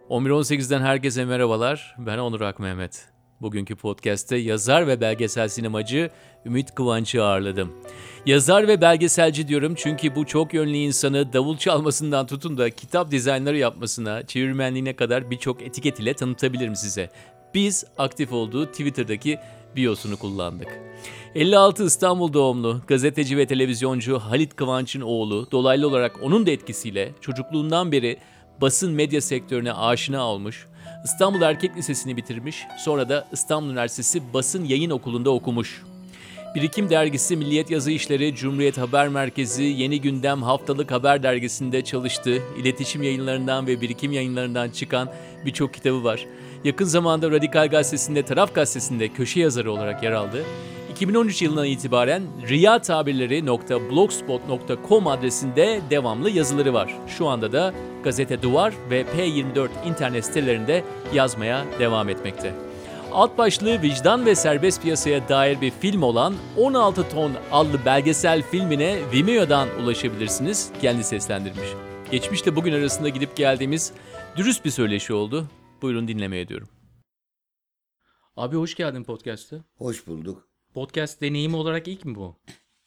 11.18'den herkese merhabalar. Ben Onur Akmehmet. Bugünkü podcast'te yazar ve belgesel sinemacı Ümit Kıvanç'ı ağırladım. Yazar ve belgeselci diyorum çünkü bu çok yönlü insanı davul çalmasından tutun da kitap dizaynları yapmasına, çevirmenliğine kadar birçok etiket ile tanıtabilirim size. Biz aktif olduğu Twitter'daki biosunu kullandık. 56 İstanbul doğumlu, gazeteci ve televizyoncu Halit Kıvanç'ın oğlu, dolaylı olarak onun da etkisiyle çocukluğundan beri basın medya sektörüne aşina olmuş, İstanbul Erkek Lisesi'ni bitirmiş, sonra da İstanbul Üniversitesi Basın Yayın Okulu'nda okumuş. Birikim Dergisi, Milliyet Yazı İşleri, Cumhuriyet Haber Merkezi, Yeni Gündem Haftalık Haber Dergisi'nde çalıştı. İletişim yayınlarından ve birikim yayınlarından çıkan birçok kitabı var. Yakın zamanda Radikal Gazetesi'nde, Taraf Gazetesi'nde köşe yazarı olarak yer aldı. 2013 yılından itibaren riyatabirleri.blogspot.com adresinde devamlı yazıları var. Şu anda da Gazete Duvar ve P24 internet sitelerinde yazmaya devam etmekte. Alt başlığı vicdan ve serbest piyasaya dair bir film olan 16 Ton adlı belgesel filmine Vimeo'dan ulaşabilirsiniz. Kendi seslendirmiş. Geçmişle bugün arasında gidip geldiğimiz dürüst bir söyleşi oldu. Buyurun dinlemeye diyorum. Abi hoş geldin podcast'a. Hoş bulduk. Podcast deneyimi olarak ilk mi bu?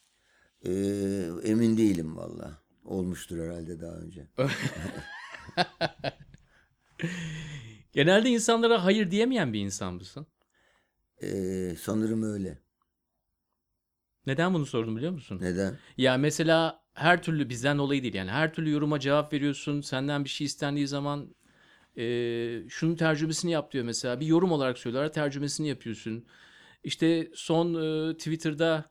Emin değilim valla. Olmuştur herhalde daha önce. Genelde insanlara hayır diyemeyen bir insan mısın? Sanırım öyle. Neden bunu sordum biliyor musun? Neden? Ya mesela her türlü bizden dolayı değil yani her türlü yoruma cevap veriyorsun. Senden bir şey istendiği zaman şunun tercümesini yap diyor mesela. Bir yorum olarak söylüyorlar, tercümesini yapıyorsun. İşte son Twitter'da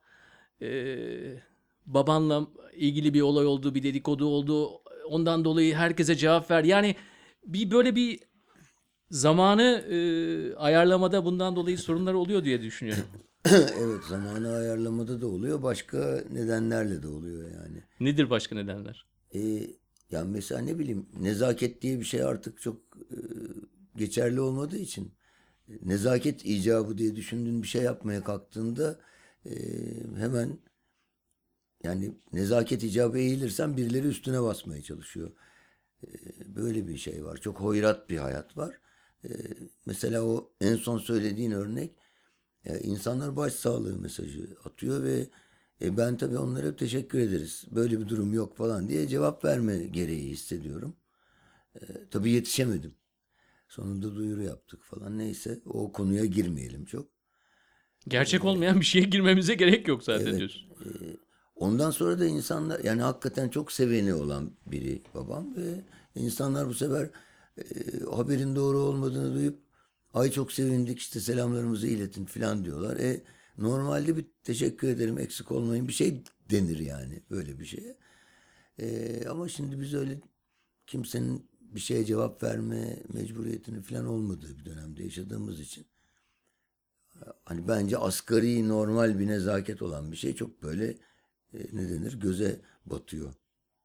babanla ilgili bir olay oldu, bir dedikodu oldu. Ondan dolayı herkese cevap ver. Yani böyle bir zamanı ayarlamada bundan dolayı sorunlar oluyor diye düşünüyorum. Evet, zamanı ayarlamada da oluyor. Başka nedenlerle de oluyor yani. Nedir başka nedenler? Yani mesela ne bileyim, nezaket diye bir şey artık çok geçerli olmadığı için nezaket icabı diye düşündüğün bir şey yapmaya kalktığında hemen yani nezaket icabı eğilirsen birileri üstüne basmaya çalışıyor. Böyle bir şey var. Çok hoyrat bir hayat var. Mesela o en son söylediğin örnek, insanlar başsağlığı mesajı atıyor ve ben tabii onlara teşekkür ederiz. Böyle bir durum yok falan diye cevap verme gereği hissediyorum. Tabii yetişemedim. Sonunda duyuru yaptık falan. Neyse, o konuya girmeyelim çok. Gerçek olmayan bir şeye girmemize gerek yok zaten Evet. diyorsun. Ondan sonra da insanlar, yani hakikaten çok seveni olan biri babam ve insanlar bu sefer haberin doğru olmadığını duyup ay çok sevindik işte selamlarımızı iletin falan diyorlar. Normalde bir teşekkür ederim eksik olmayın bir şey denir yani böyle bir şeye. Ama şimdi biz öyle kimsenin bir şeye cevap verme mecburiyetinin falan olmadığı bir dönemde yaşadığımız için hani bence asgari normal bir nezaket olan bir şey çok böyle ne denir göze batıyor.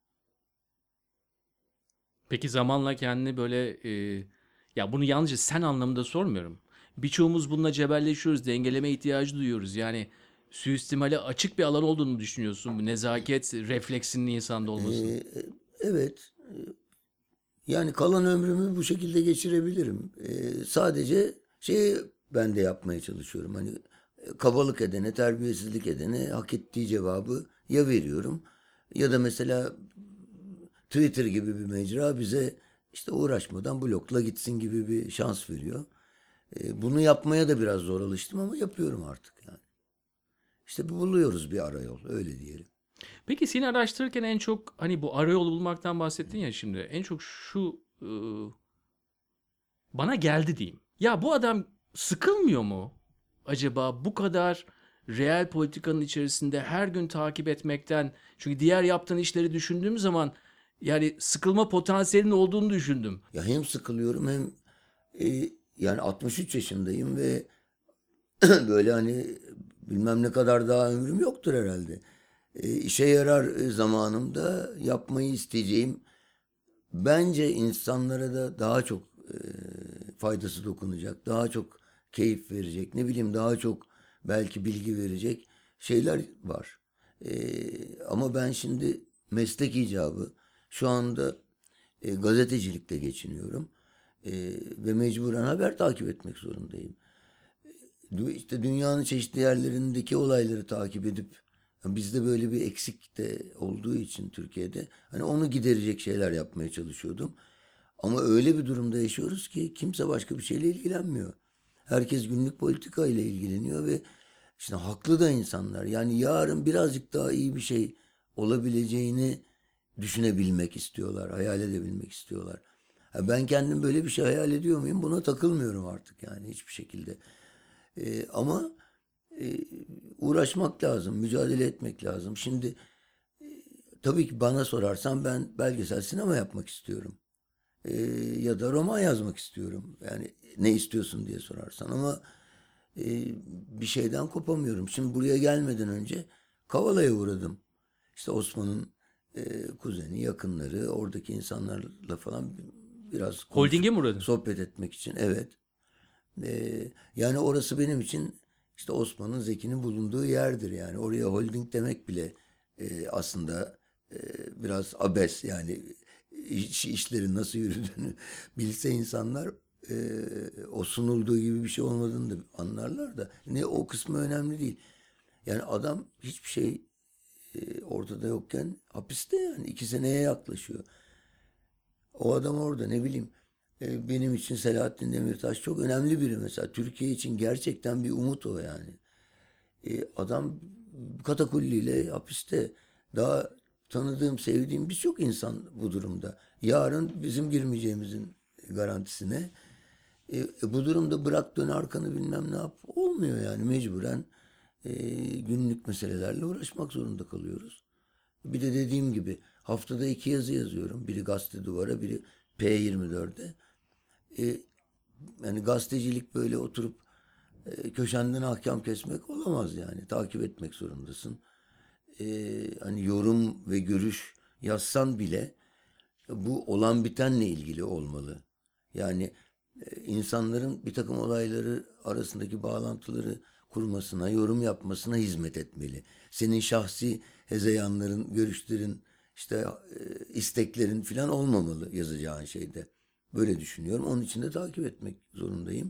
Peki zamanla kendini böyle ya bunu yalnızca sen anlamında sormuyorum. Birçoğumuz bununla cebelleşiyoruz, dengeleme ihtiyacı duyuyoruz. Yani suistimale açık bir alan olduğunu düşünüyorsun bu nezaket refleksinin insanda olmasının. Ee, evet, yani kalan ömrümü bu şekilde geçirebilirim. Sadece ben de yapmaya çalışıyorum. Hani kabalık edene, terbiyesizlik edene hak ettiği cevabı ya veriyorum ya da mesela Twitter gibi bir mecra bize işte uğraşmadan blokla gitsin gibi bir şans veriyor. Bunu yapmaya da biraz zor alıştım ama yapıyorum artık yani. İşte buluyoruz bir arayol, öyle diyelim. Peki seni araştırırken en çok hani bu arayolu bulmaktan bahsettin ya şimdi. En çok şu bana geldi diyeyim. Ya bu adam sıkılmıyor mu? Acaba bu kadar reel politikanın içerisinde her gün takip etmekten, çünkü diğer yaptığın işleri düşündüğüm zaman yani sıkılma potansiyelinin olduğunu düşündüm. Ya hem sıkılıyorum hem yani 63 yaşındayım ve böyle hani bilmem ne kadar daha ömrüm yoktur herhalde. İşe yarar zamanımda yapmayı isteyeceğim. Bence insanlara da daha çok faydası dokunacak, daha çok keyif verecek, ne bileyim daha çok belki bilgi verecek şeyler var. Ama ben şimdi meslek icabı şu anda gazetecilikle geçiniyorum. Ve mecburen haber takip etmek zorundayım. İşte dünyanın çeşitli yerlerindeki olayları takip edip, bizde böyle bir eksik de olduğu için Türkiye'de hani onu giderecek şeyler yapmaya çalışıyordum. Ama öyle bir durumda yaşıyoruz ki kimse başka bir şeyle ilgilenmiyor. Herkes günlük politika ile ilgileniyor ve işte haklı da insanlar. Yani yarın birazcık daha iyi bir şey olabileceğini düşünebilmek istiyorlar, hayal edebilmek istiyorlar. Ben kendim böyle bir şey hayal ediyor muyum? Buna takılmıyorum artık yani hiçbir şekilde. Ama e, uğraşmak lazım, mücadele etmek lazım. Şimdi tabii ki bana sorarsan ben belgesel sinema yapmak istiyorum. Ee, Ya da roman yazmak istiyorum. Yani ne istiyorsun diye sorarsan ama bir şeyden kopamıyorum. Şimdi buraya gelmeden önce Kavala'ya uğradım. İşte Osman'ın kuzeni, yakınları, oradaki insanlarla falan biraz konuşup Holding'e mi uğradın? sohbet etmek için. Evet. Yani orası benim için işte Osman'ın Zeki'nin bulunduğu yerdir. Yani oraya holding demek bile aslında biraz abes yani işlerin nasıl yürüdüğünü bilse insanlar o sunulduğu gibi bir şey olmadığını da anlarlar da ne o kısmı önemli değil. Yani adam hiçbir şey ortada yokken hapiste yani 2 seneye yaklaşıyor. O adam orada ne bileyim benim için Selahattin Demirtaş çok önemli biri mesela. Türkiye için gerçekten bir umut o yani. Adam katakulliyle hapiste. Daha tanıdığım, sevdiğim birçok insan bu durumda. Yarın bizim girmeyeceğimizin garantisine. Bu durumda bırak dön arkanı bilmem ne yap. Olmuyor yani mecburen günlük meselelerle uğraşmak zorunda kalıyoruz. Bir de dediğim gibi haftada 2 yazı yazıyorum. Biri Gazete Duvar'a, biri P24'e. E, Yani gazetecilik böyle oturup köşenden ahkam kesmek olamaz yani. Takip etmek zorundasın. Hani yorum ve görüş yazsan bile bu olan bitenle ilgili olmalı. Yani insanların bir takım olayları arasındaki bağlantıları kurmasına, yorum yapmasına hizmet etmeli. Senin şahsi hezeyanların, görüşlerin, işte isteklerin falan olmamalı yazacağın şeyde. Böyle düşünüyorum. Onun için de takip etmek zorundayım.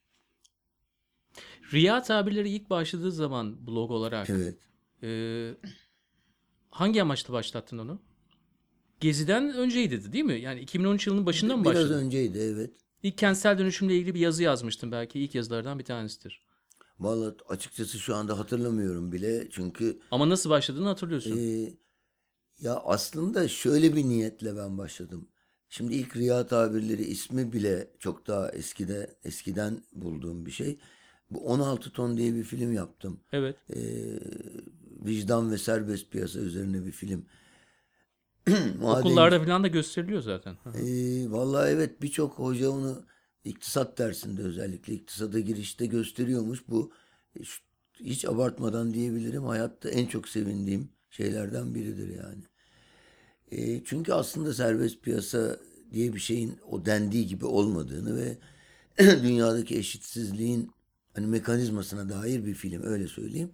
Riya tabirleri ilk başladığı zaman blog olarak Evet. e, hangi amaçla başlattın onu? Gezi'den önceydi değil mi? Yani 2013 yılının başında mı Biraz başladın? önceydi evet. İlk kentsel dönüşümle ilgili bir yazı yazmıştın. Belki ilk yazılardan bir tanesidir. Vallahi açıkçası şu anda hatırlamıyorum bile. Çünkü Ama nasıl başladığını hatırlıyorsun. e, ya aslında şöyle bir niyetle ben başladım. Şimdi ilk Riya tabirleri ismi bile çok daha eskiden bulduğum bir şey. Bu 16 ton diye bir film yaptım. Evet. Vicdan ve serbest piyasa üzerine bir film. Okullarda Madenci. falan da gösteriliyor zaten. Hı hı. Vallahi evet birçok hoca onu iktisat dersinde özellikle iktisada girişte gösteriyormuş. Bu hiç abartmadan diyebilirim hayatta en çok sevindiğim şeylerden biridir yani. Çünkü aslında serbest piyasa diye bir şeyin o dendiği gibi olmadığını ve dünyadaki eşitsizliğin hani mekanizmasına dair bir film öyle söyleyeyim.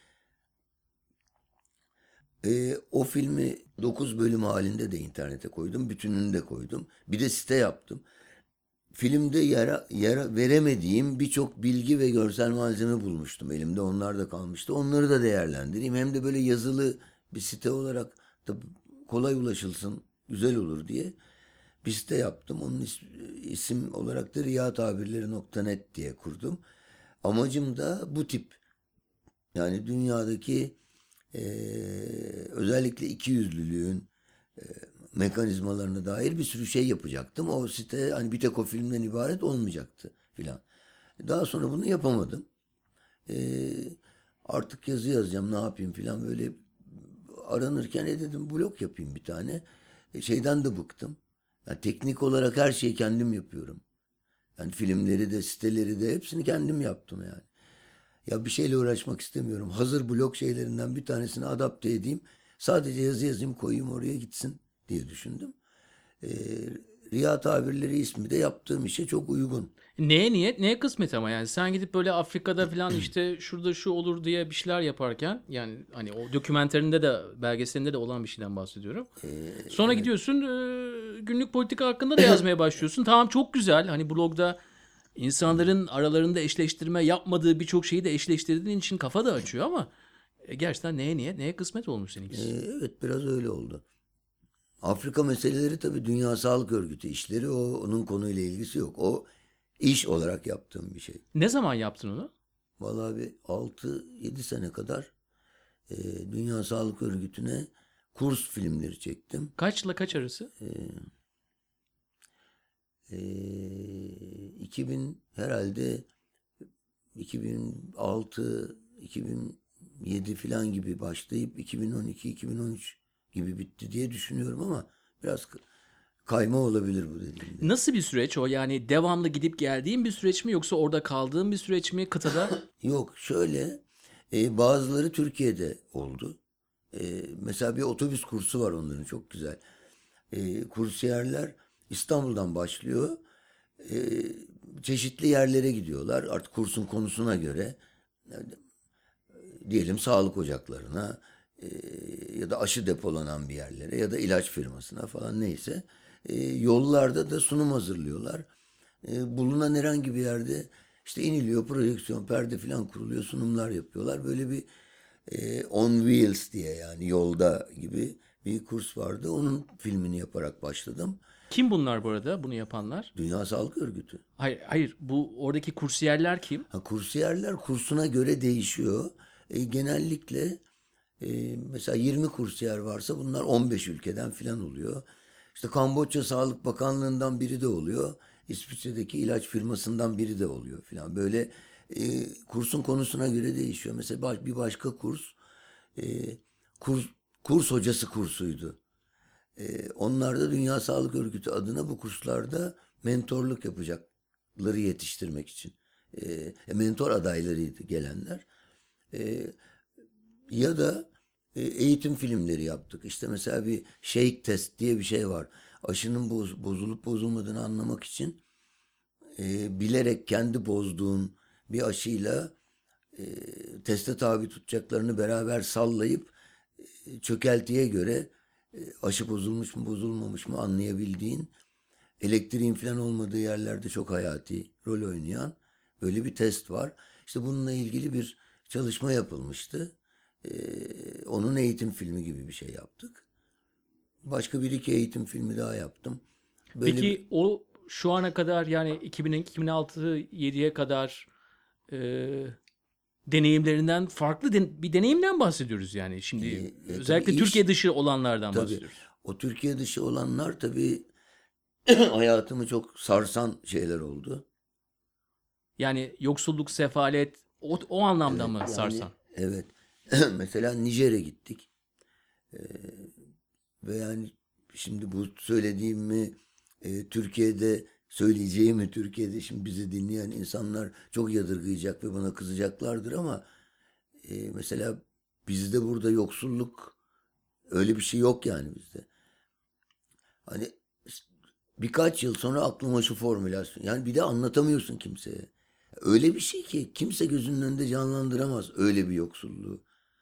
O filmi 9 bölüm halinde de internete koydum. Bütününü de koydum. Bir de site yaptım. Filmde yer veremediğim birçok bilgi ve görsel malzeme bulmuştum elimde. Onlar da kalmıştı. Onları da değerlendireyim. Hem de böyle yazılı bir site olarak da kolay ulaşılsın, güzel olur diye bir site yaptım. Onun isim olarak da riyatabirleri.net diye kurdum. Amacım da bu tip yani dünyadaki özellikle ikiyüzlülüğün mekanizmalarına dair bir sürü şey yapacaktım. O site hani bir tek o filmden ibaret olmayacaktı filan. Daha sonra bunu yapamadım. Ee, Artık yazı yazacağım ne yapayım filan böyle aranırken dedim blog yapayım bir tane. Şeyden de bıktım. Yani teknik olarak her şeyi kendim yapıyorum. Yani filmleri de siteleri de hepsini kendim yaptım yani. Ya bir şeyle uğraşmak istemiyorum. Hazır blog şeylerinden bir tanesini adapte edeyim. Sadece yazı yazayım koyayım oraya gitsin diye düşündüm. Ee, Riya tabirleri ismi de yaptığım işe çok uygun. Neye niyet, neye kısmet ama yani sen gidip böyle Afrika'da falan işte şurada şu olur diye bir şeyler yaparken yani hani o dokümenterinde de belgeselinde de olan bir şeyden bahsediyorum. Sonra Evet. gidiyorsun günlük politika hakkında da yazmaya başlıyorsun. Tamam, çok güzel. Hani blogda insanların aralarında eşleştirme yapmadığı birçok şeyi de eşleştirdiğin için kafa da açıyor ama gerçekten neye kısmet olmuş seninkisi. Evet, biraz öyle oldu. Afrika meseleleri tabii Dünya Sağlık Örgütü işleri, onun konuyla ilgisi yok. O iş olarak yaptığım bir şey. Ne zaman yaptın onu? Vallahi bir 6-7 sene kadar e, Dünya Sağlık Örgütü'ne kurs filmleri çektim. Kaçla kaç arası? 2000 herhalde 2006, 2007 falan gibi başlayıp 2012, 2013 gibi bitti diye düşünüyorum ama biraz kayma olabilir bu dediğimde. Nasıl bir süreç o? Yani devamlı gidip geldiğin bir süreç mi yoksa orada kaldığın bir süreç mi kıtada? Yok, şöyle, bazıları Türkiye'de oldu. Mesela bir otobüs kursu var onların, çok güzel. Kursiyerler İstanbul'dan başlıyor. E, Çeşitli yerlere gidiyorlar artık kursun konusuna göre. Diyelim sağlık ocaklarına, ya da aşı depolanan bir yerlere ya da ilaç firmasına falan, neyse. Yollarda da sunum hazırlıyorlar. Bulunan herhangi bir yerde işte iniliyor, projeksiyon, perde falan kuruluyor, sunumlar yapıyorlar. Böyle bir On Wheels diye, yani yolda gibi bir kurs vardı. Onun filmini yaparak başladım. Kim bunlar bu arada, bunu yapanlar? Dünya Sağlık Örgütü. Hayır, hayır. Bu oradaki kursiyerler kim? Kursiyerler kursuna göre değişiyor. Genellikle mesela 20 kursiyer varsa bunlar 15 ülkeden filan oluyor. İşte Kamboçya Sağlık Bakanlığı'ndan biri de oluyor. İsviçre'deki ilaç firmasından biri de oluyor filan. Böyle kursun konusuna göre değişiyor. Mesela bir başka kurs, e, kurs kurs hocası kursuydu. Onlar da Dünya Sağlık Örgütü adına bu kurslarda mentorluk yapacakları yetiştirmek için. Mentor adaylarıydı gelenler. E, Ya da eğitim filmleri yaptık. İşte mesela bir shake test diye bir şey var. Aşının bozulup bozulmadığını anlamak için bilerek kendi bozduğun bir aşıyla teste tabi tutacaklarını beraber sallayıp çökeltiye göre aşı bozulmuş mu bozulmamış mı anlayabildiğin, elektriğin falan olmadığı yerlerde çok hayati rol oynayan böyle bir test var. İşte bununla ilgili bir çalışma yapılmıştı. Onun eğitim filmi gibi bir şey yaptık. Başka bir iki eğitim filmi daha yaptım. Böyle bir, Peki o şu ana kadar, yani 2006-7'ye kadar e, deneyimlerinden farklı bir deneyimden bahsediyoruz yani. Şimdi tabii özellikle Türkiye dışı olanlardan tabii bahsediyoruz. o Türkiye dışı olanlar tabii hayatımı çok sarsan şeyler oldu. Yani yoksulluk, sefalet o anlamda mı Yani sarsan? evet. Mesela Nijer'e gittik. Ve yani şimdi bu söylediğimi Türkiye'de söyleyeceğimi Türkiye'de şimdi bizi dinleyen insanlar çok yadırgayacak ve bana kızacaklardır ama mesela bizde burada yoksulluk, öyle bir şey yok yani bizde. Hani birkaç yıl sonra aklıma şu formülasyon, yani bir de anlatamıyorsun kimseye. Öyle bir şey ki kimse gözünün önünde canlandıramaz öyle bir yoksulluğu.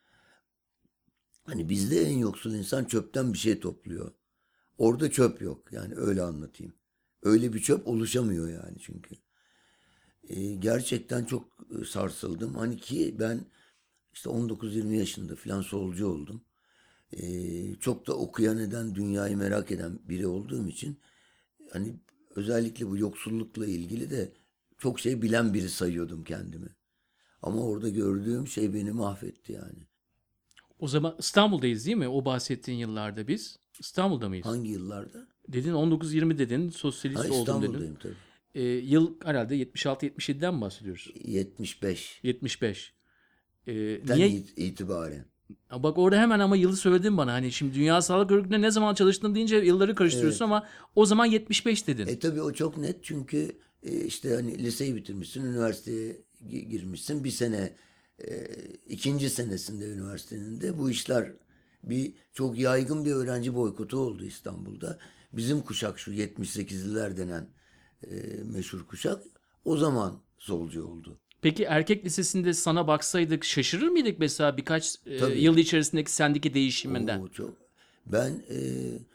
Hani bizde en yoksul insan çöpten bir şey topluyor. Orada çöp yok. Yani öyle anlatayım. Öyle bir çöp oluşamıyor yani çünkü. Gerçekten çok sarsıldım. Hani ki ben işte 19-20 yaşında falan solcu oldum. Çok da okuyan eden, dünyayı merak eden biri olduğum için hani özellikle bu yoksullukla ilgili de çok şey bilen biri sayıyordum kendimi. Ama orada gördüğüm şey beni mahvetti yani. O zaman İstanbul'dayız değil mi? O bahsettiğin yıllarda biz. İstanbul'da mıyız? Hangi yıllarda? Dedin 19-20 dedin, Ha, sosyalist oldum dedin. İstanbul'dayım tabii. Yıl herhalde 76-77'den mi bahsediyoruz? 75'ten 75. Niye? itibaren. Bak orada hemen ama yılı söyledin bana. Hani şimdi Dünya Sağlık Örgütü'nde ne zaman çalıştın deyince yılları karıştırıyorsun Evet. ama o zaman 75 dedin. Tabii o çok net çünkü işte hani liseyi bitirmişsin, üniversiteye girmişsin. Bir sene, ikinci senesinde üniversitenin de bu işler çok yaygın bir öğrenci boykotu oldu İstanbul'da. Bizim kuşak, şu 78'liler denen meşhur kuşak, o zaman solcu oldu. Peki erkek lisesinde sana baksaydık şaşırır mıydık mesela birkaç Tabii. yıl içerisindeki sendeki değişiminden? Çok. Ben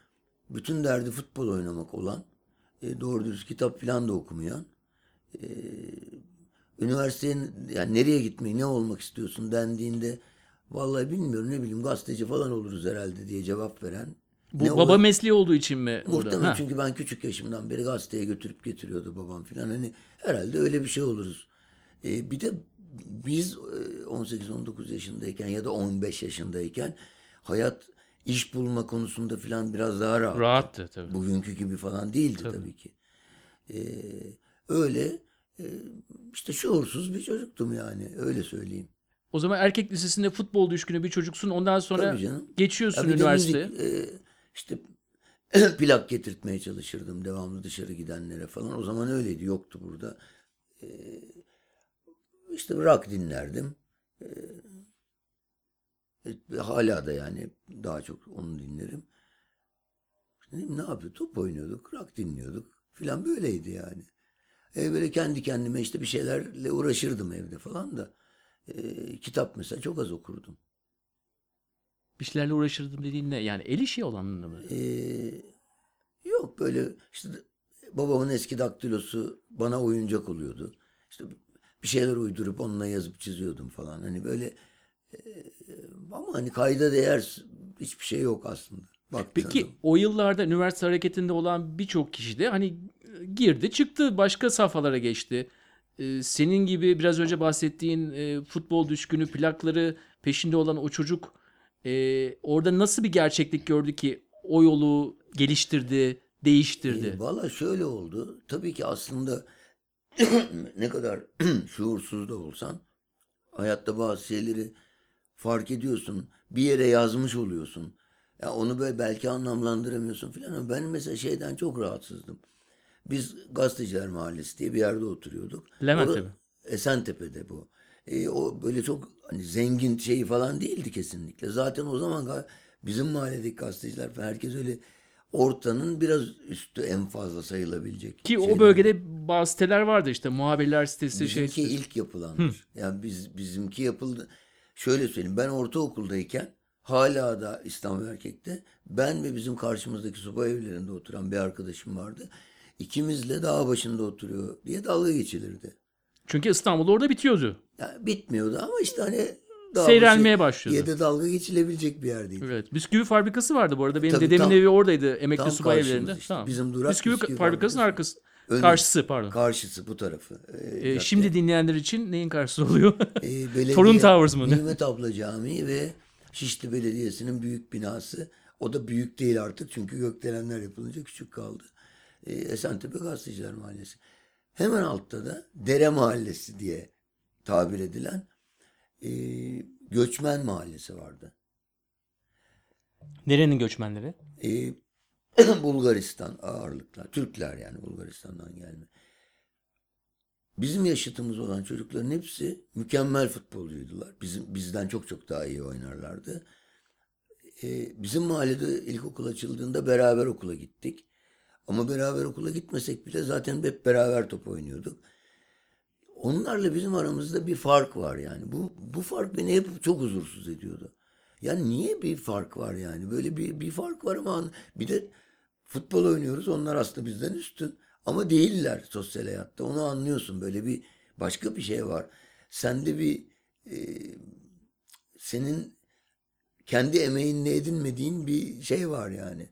bütün derdi futbol oynamak olan, doğru dürüst kitap falan da okumayan, üniversiteye yani nereye gitmeyi, ne olmak istiyorsun dendiğinde vallahi bilmiyorum, ne bileyim, gazeteci falan oluruz herhalde diye cevap veren, ne Bu o baba mesleği olduğu için mi burada? muhtemelen, çünkü ben küçük yaşımdan beri gazeteye götürüp getiriyordu babam filan, hani herhalde öyle bir şey oluruz. Bir de biz 18-19 yaşındayken ya da 15 yaşındayken hayat, iş bulma konusunda filan biraz daha rahattı. Rahattı tabii. Bugünkü gibi falan değildi Tabii. tabii ki. Ee, öyle e, işte şuursuz bir çocuktum yani, öyle söyleyeyim. O zaman erkek lisesinde futbol düşkünü bir çocuksun. Ondan Tabii sonra canım. geçiyorsun Ya bir de müzik, üniversiteye. işte plak getirtmeye çalışırdım devamlı dışarı gidenlere falan. O zaman öyleydi, yoktu burada. İşte rock dinlerdim. Hala da yani daha çok onu dinlerim. Ne yapıyor? Top oynuyorduk, rock dinliyorduk filan, böyleydi yani. Böyle kendi kendime işte bir şeylerle uğraşırdım evde falan da. Kitap mesela çok az okurdum. Bir şeylerle uğraşırdım dediğin ne? Yani el işi olanını mı? Yok, böyle işte babamın eski daktilosu bana oyuncak oluyordu. İşte bir şeyler uydurup onunla yazıp çiziyordum falan. Hani böyle, ama hani kayda değer hiçbir şey yok aslında. Baktığın Peki zaman. o yıllarda üniversite hareketinde olan birçok kişi de hani girdi çıktı başka safhalara geçti. Senin gibi biraz önce bahsettiğin futbol düşkünü plakları peşinde olan o çocuk orada nasıl bir gerçeklik gördü ki o yolu geliştirdi, değiştirdi? Valla şöyle oldu. Tabii ki aslında ne kadar şuursuz da olsan hayatta bazı şeyleri fark ediyorsun. Bir yere yazmış oluyorsun. Ya onu böyle belki anlamlandıramıyorsun filan, ama ben mesela şeyden çok rahatsızdım. Biz Gazeteciler Mahallesi diye bir yerde oturuyorduk. Levent'te Orada mi? Esentepe'de bu. O böyle çok hani zengin şeyi falan değildi kesinlikle. Zaten o zaman bizim mahalledeki gazeteciler falan, herkes öyle ortanın biraz üstü en fazla sayılabilecek Ki o şeylerdi. bölgede bazı siteler vardı işte muhabirler sitesi, şey Bizimki sitesi. ilk yapılandır. Yani bizimki yapıldı. Şöyle söyleyeyim, ben ortaokuldayken hala da İstanbul Erkek'te ben ve bizim karşımızdaki subay evlerinde oturan bir arkadaşım vardı. İkimizle dağ başında oturuyor diye dalga geçilirdi. Çünkü İstanbul orada bitiyordu. Yani bitmiyordu ama işte hani dağ başı Seyrelmeye diye başlıyordu. de dalga geçilebilecek bir yerdeydi. Evet. Bisküvi fabrikası vardı bu arada. Benim Tabii dedemin evi oradaydı. Emekli tam subay karşımız evlerinde. işte. Tamam. Bizim durak Bisküvi bisküvi fabrikasının fabrikası. arkası. Önü, Karşısı pardon. karşısı bu tarafı, Şimdi cadde. dinleyenler için neyin karşısı oluyor? Torun Belediye Towers mı ne? Nimet Abla Camii ve Şişli Belediyesi'nin büyük binası. O da büyük değil artık çünkü gökdelenler yapılınca küçük kaldı. Esentepe Gazeteciler Mahallesi. Hemen altta da Dere Mahallesi diye tabir edilen e, göçmen mahallesi vardı. Nerenin göçmenleri? E, Bulgaristan ağırlıkla. Türkler yani, Bulgaristan'dan gelme. Bizim yaşıtımız olan çocukların hepsi mükemmel futbolcuydular. Bizden çok çok daha iyi oynarlardı. Bizim mahallede ilkokul açıldığında beraber okula gittik. Ama beraber okula gitmesek bile zaten hep beraber top oynuyorduk. Onlarla bizim aramızda bir fark var yani. Bu fark beni hep çok huzursuz ediyordu. Yani niye bir fark var yani? Böyle bir fark var ama bir de futbol oynuyoruz. Onlar aslında bizden üstün. Ama değiller sosyal hayatta. Onu anlıyorsun. Böyle bir başka bir şey var. Sende bir e, senin kendi emeğinle edinmediğin bir şey var yani.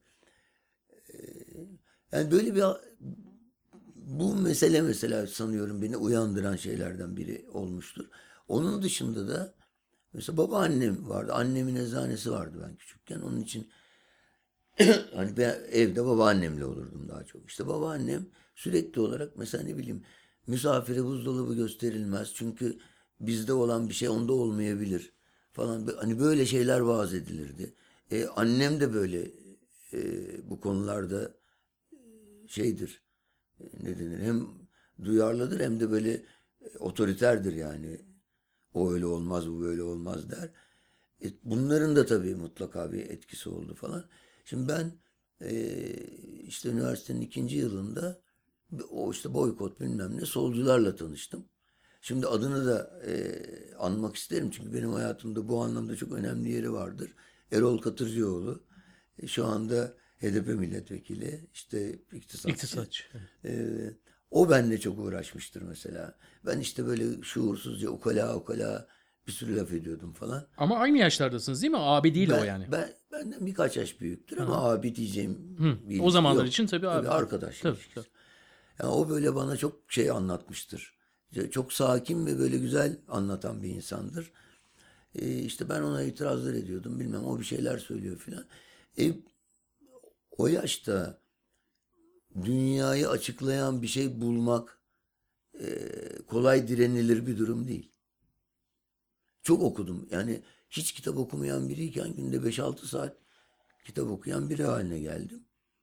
Yani böyle bir, bu mesele mesela sanıyorum beni uyandıran şeylerden biri olmuştur. Onun dışında da mesela babaannem vardı. Annemin eczanesi vardı ben küçükken. Onun için hani ben evde babaannemle olurdum daha çok. İşte babaannem sürekli olarak mesela ne bileyim, misafire buzdolabı gösterilmez. Çünkü bizde olan bir şey onda olmayabilir falan. Hani böyle şeyler vaaz edilirdi. Annem de böyle bu konularda şeydir, ne denir, hem duyarlıdır hem de böyle otoriterdir yani. O öyle olmaz, bu böyle olmaz der. Bunların da tabii mutlaka bir etkisi oldu falan. Şimdi ben işte üniversitenin ikinci yılında o işte boykot bilmem ne solcularla tanıştım. Şimdi adını da anmak isterim çünkü benim hayatımda bu anlamda çok önemli yeri vardır. Erol Katırcıoğlu şu anda HDP milletvekili, işte iktisatçı. İktisatçı. O benimle çok uğraşmıştır mesela. Ben işte böyle şuursuzca ukala bir sürü laf ediyordum falan. Ama aynı yaşlardasınız değil mi? Abi değil o yani. Benden birkaç yaş büyüktür ama Aha. abi diyeceğim bir O ilişki zamanlar yok. için tabii Tabii abi. arkadaş Tabii, ilişkisi. tabii. Yani o böyle bana çok şey anlatmıştır. Çok sakin ve böyle güzel anlatan bir insandır. İşte ben ona itirazlar ediyordum. Bilmem, o bir şeyler söylüyor filan. E, O yaşta dünyayı açıklayan bir şey bulmak kolay direnilir bir durum değil. Çok okudum. Yani hiç kitap okumayan biriyken günde 5-6 saat kitap okuyan biri haline geldim.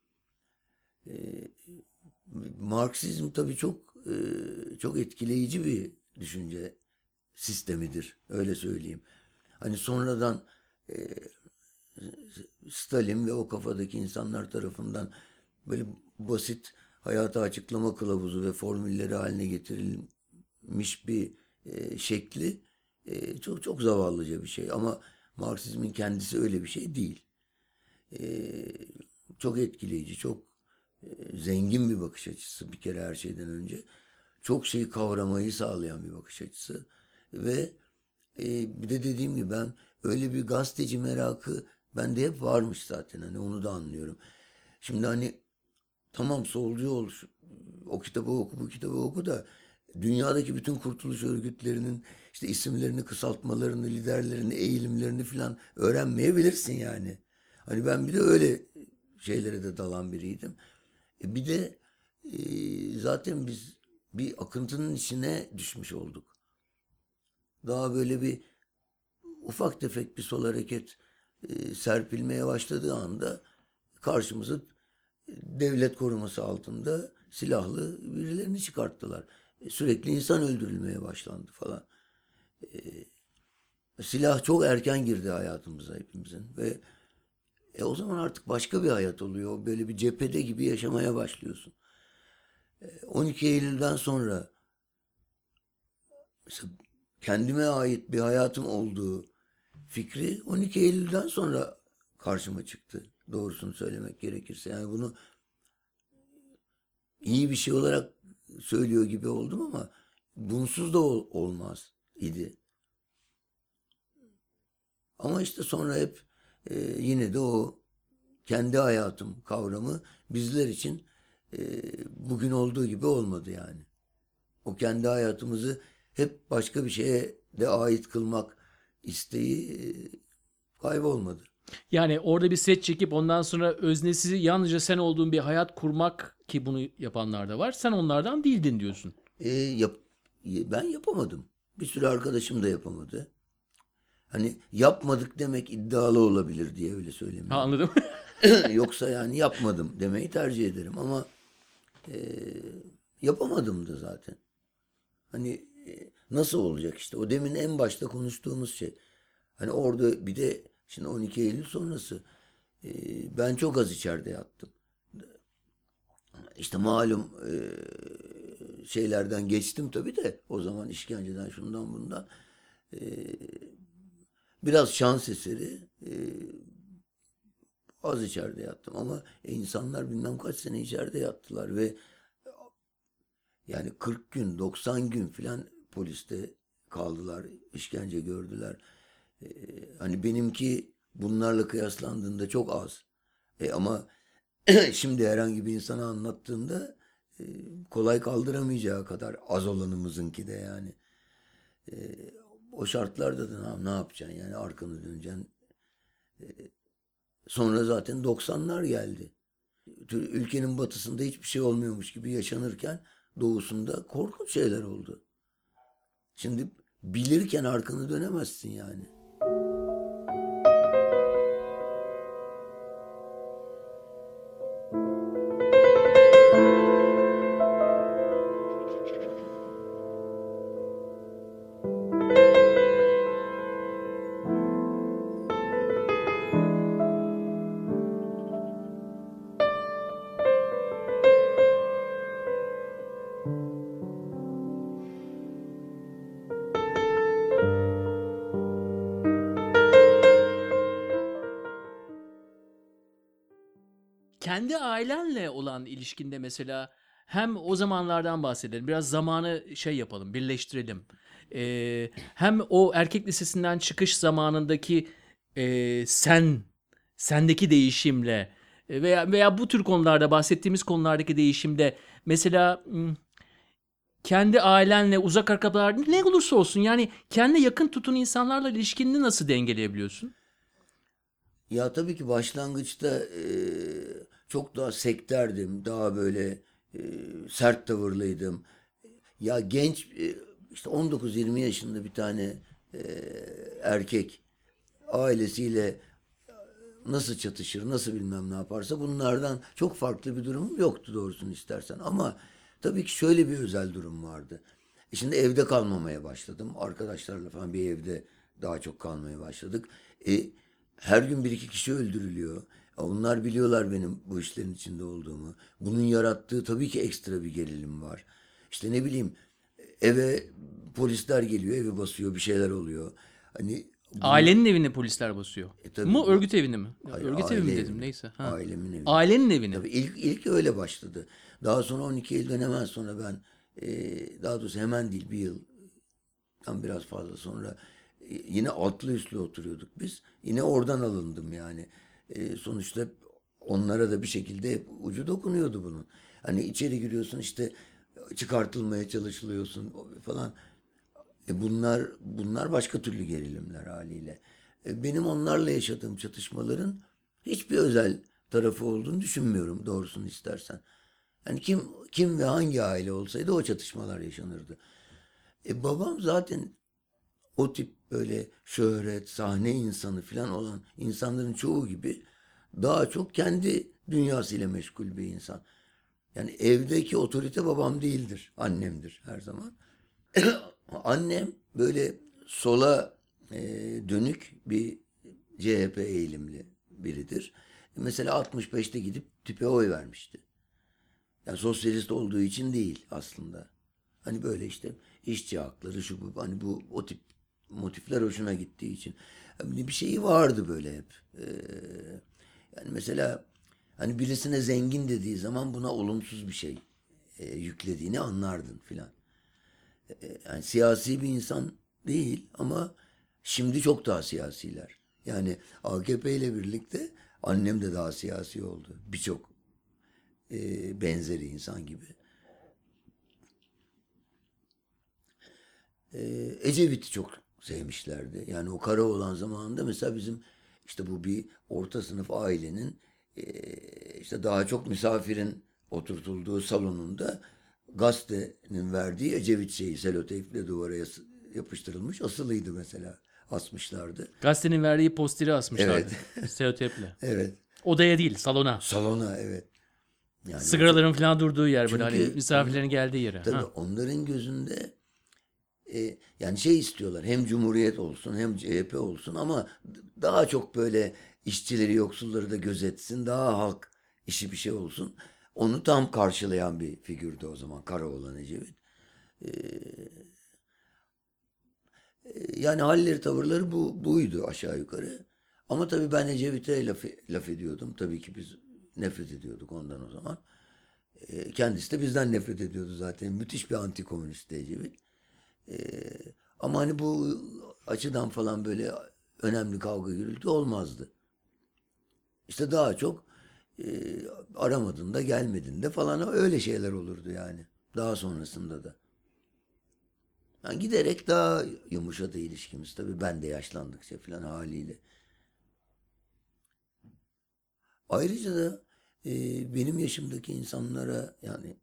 Marksizm tabii çok etkileyici bir düşünce sistemidir. Öyle söyleyeyim. Hani sonradan Stalin ve o kafadaki insanlar tarafından böyle basit hayata açıklama kılavuzu ve formülleri haline getirilmiş bir şekli çok çok zavallıca bir şey. Ama Marksizmin kendisi öyle bir şey değil. Çok etkileyici, çok zengin bir bakış açısı bir kere her şeyden önce. Çok şeyi kavramayı sağlayan bir bakış açısı. Ve bir de dediğim gibi ben öyle bir gazeteci merakı bende hep varmış zaten. Hani onu da anlıyorum. Şimdi hani tamam, solcu ol, o kitabı oku, bu kitabı oku da dünyadaki bütün kurtuluş örgütlerinin işte isimlerini, kısaltmalarını, liderlerini, eğilimlerini filan öğrenmeyebilirsin yani. Hani ben bir de öyle şeylere de dalan biriydim. Bir de zaten biz bir akıntının içine düşmüş olduk. Daha böyle bir ufak tefek bir sol hareket serpilmeye başladığı anda karşımıza devlet koruması altında silahlı birilerini çıkarttılar. Sürekli insan öldürülmeye başlandı falan. Silah çok erken girdi hayatımıza hepimizin ve o zaman artık başka bir hayat oluyor. Böyle bir cephede gibi yaşamaya başlıyorsun. 12 Eylül'den sonra mesela kendime ait bir hayatım olduğu fikri 12 Eylül'den sonra karşıma çıktı. Doğrusunu söylemek gerekirse. Yani bunu iyi bir şey olarak söylüyor gibi oldum ama bunsuz da olmaz idi. Ama işte sonra hep yine de o kendi hayatım kavramı bizler için bugün olduğu gibi olmadı yani. O kendi hayatımızı hep başka bir şeye de ait kılmak isteği kaybolmadı. Yani orada bir set çekip ondan sonra öznesi yalnızca sen olduğun bir hayat kurmak, ki bunu yapanlar da var. Sen onlardan değildin diyorsun. E, yap, Ben yapamadım. Bir sürü arkadaşım da yapamadı. Hani yapmadık demek iddialı olabilir diye öyle Ha, söylemiyorum. anladım. Yoksa yani yapmadım demeyi tercih ederim ama yapamadım da zaten. Hani nasıl olacak işte, o demin en başta konuştuğumuz şey. Hani orada bir de şimdi 12 Eylül sonrası ben çok az içeride yattım. İşte malum şeylerden geçtim tabii de o zaman işkenceden şundan bundan. Biraz şans eseri az içeride yattım ama insanlar bilmem kaç sene içeride yattılar ve yani 40 gün 90 gün filan poliste kaldılar, işkence gördüler. Hani benimki bunlarla kıyaslandığında çok az. Ama şimdi herhangi bir insana anlattığında e, kolay kaldıramayacağı kadar az olanımızınki de yani. O şartlarda da ne yapacaksın yani, arkanı döneceksin. Sonra zaten 90'lar geldi. Ülkenin batısında hiçbir şey olmuyormuş gibi yaşanırken doğusunda korkunç şeyler oldu. Şimdi bilirken arkanı dönemezsin yani. kendi ailenle olan ilişkinde mesela hem o zamanlardan bahsedelim. Biraz zamanı şey yapalım, birleştirelim. Hem o erkek lisesinden çıkış zamanındaki sendeki değişimle veya bu tür konularda bahsettiğimiz konulardaki değişimde mesela kendi ailenle uzak akrabalar ne olursa olsun yani kendi yakın tutun insanlarla ilişkini nasıl dengeleyebiliyorsun? Ya tabii ki başlangıçta çok daha sekterdim. Daha böyle e, sert tavırlıydım. Ya genç işte 19-20 yaşında bir tane e, erkek ailesiyle nasıl çatışır, nasıl bilmem ne yaparsa bunlardan çok farklı bir durumum yoktu doğrusunu istersen. Ama tabii ki şöyle bir özel durum vardı. Şimdi evde kalmamaya başladım. Arkadaşlarla falan bir evde daha çok kalmaya başladık. E, Her gün bir iki kişi öldürülüyor. Onlar biliyorlar benim bu işlerin içinde olduğumu. Bunun yarattığı tabii ki ekstra bir gerilim var. İşte ne bileyim eve polisler geliyor, evi basıyor, bir şeyler oluyor. Hani bunlar Ailenin evini polisler basıyor. tabii Mu bu örgüt evini mi? Ya, hayır, örgüt evi mi aile dedim evini, neyse. Ha. ailemin evini. Ailenin evini. Tabii ilk öyle başladı. Daha sonra 12 Eylül'den hemen sonra ben daha doğrusu hemen değil bir yıldan biraz fazla sonra yine altlı üstlü oturuyorduk biz. Yine oradan alındım yani. Sonuçta onlara da bir şekilde hep ucu dokunuyordu bunun. Hani içeri giriyorsun işte çıkartılmaya çalışılıyorsun falan. Bunlar başka türlü gerilimler haliyle. Benim onlarla yaşadığım çatışmaların hiçbir özel tarafı olduğunu düşünmüyorum doğrusunu istersen. Yani kim ve hangi aile olsaydı o çatışmalar yaşanırdı. Babam zaten o tip böyle şöhret, sahne insanı falan olan insanların çoğu gibi daha çok kendi dünyasıyla meşgul bir insan. Yani evdeki otorite babam değildir, annemdir her zaman. Annem böyle sola dönük bir CHP eğilimli biridir. Mesela 65'te gidip tüpe oy vermişti. Yani sosyalist olduğu için değil aslında. Hani böyle işte işçi hakları şu bu hani bu o tip motifler hoşuna gittiği için. Yani bir şeyi vardı böyle hep. Yani mesela hani birisine zengin dediği zaman buna olumsuz bir şey yüklediğini anlardın filan. Yani siyasi bir insan değil ama şimdi çok daha siyasiler. Yani AKP ile birlikte annem de daha siyasi oldu. Birçok benzeri insan gibi. Ecevit'i çok sevmişlerdi. Yani o Karaoğlan zamanında mesela bizim işte bu bir orta sınıf ailenin işte daha çok misafirin oturtulduğu salonunda gazetenin verdiği Ecevit şeyi seloteyple duvara yapıştırılmış asılıydı mesela. Asmışlardı. Gazetenin verdiği posteri Evet. asmışlardı. Stereotiple. Evet. Odaya değil, salona. Salona evet. Yani o çok Sigaraların falan durduğu yer böyle hani çünkü misafirlerin geldiği yere. tabii Ha. onların gözünde yani şey istiyorlar hem Cumhuriyet olsun hem CHP olsun ama daha çok böyle işçileri yoksulları da gözetsin daha halk işi bir şey olsun. Onu tam karşılayan bir figürdü o zaman Karaoğlan Ecevit. Yani halleri tavırları buydu aşağı yukarı. Ama tabii ben Ecevit'e laf ediyordum. Tabii ki biz nefret ediyorduk ondan o zaman. Kendisi de bizden nefret ediyordu zaten. Müthiş bir antikomünistti Ecevit. Ama hani bu açıdan falan böyle önemli kavga gürültü olmazdı. İşte daha çok e, aramadın da gelmedin de falan öyle şeyler olurdu yani. Daha sonrasında da. Yani giderek daha yumuşadı ilişkimiz tabii ben de yaşlandıkça falan haliyle. Ayrıca da benim yaşımdaki insanlara yani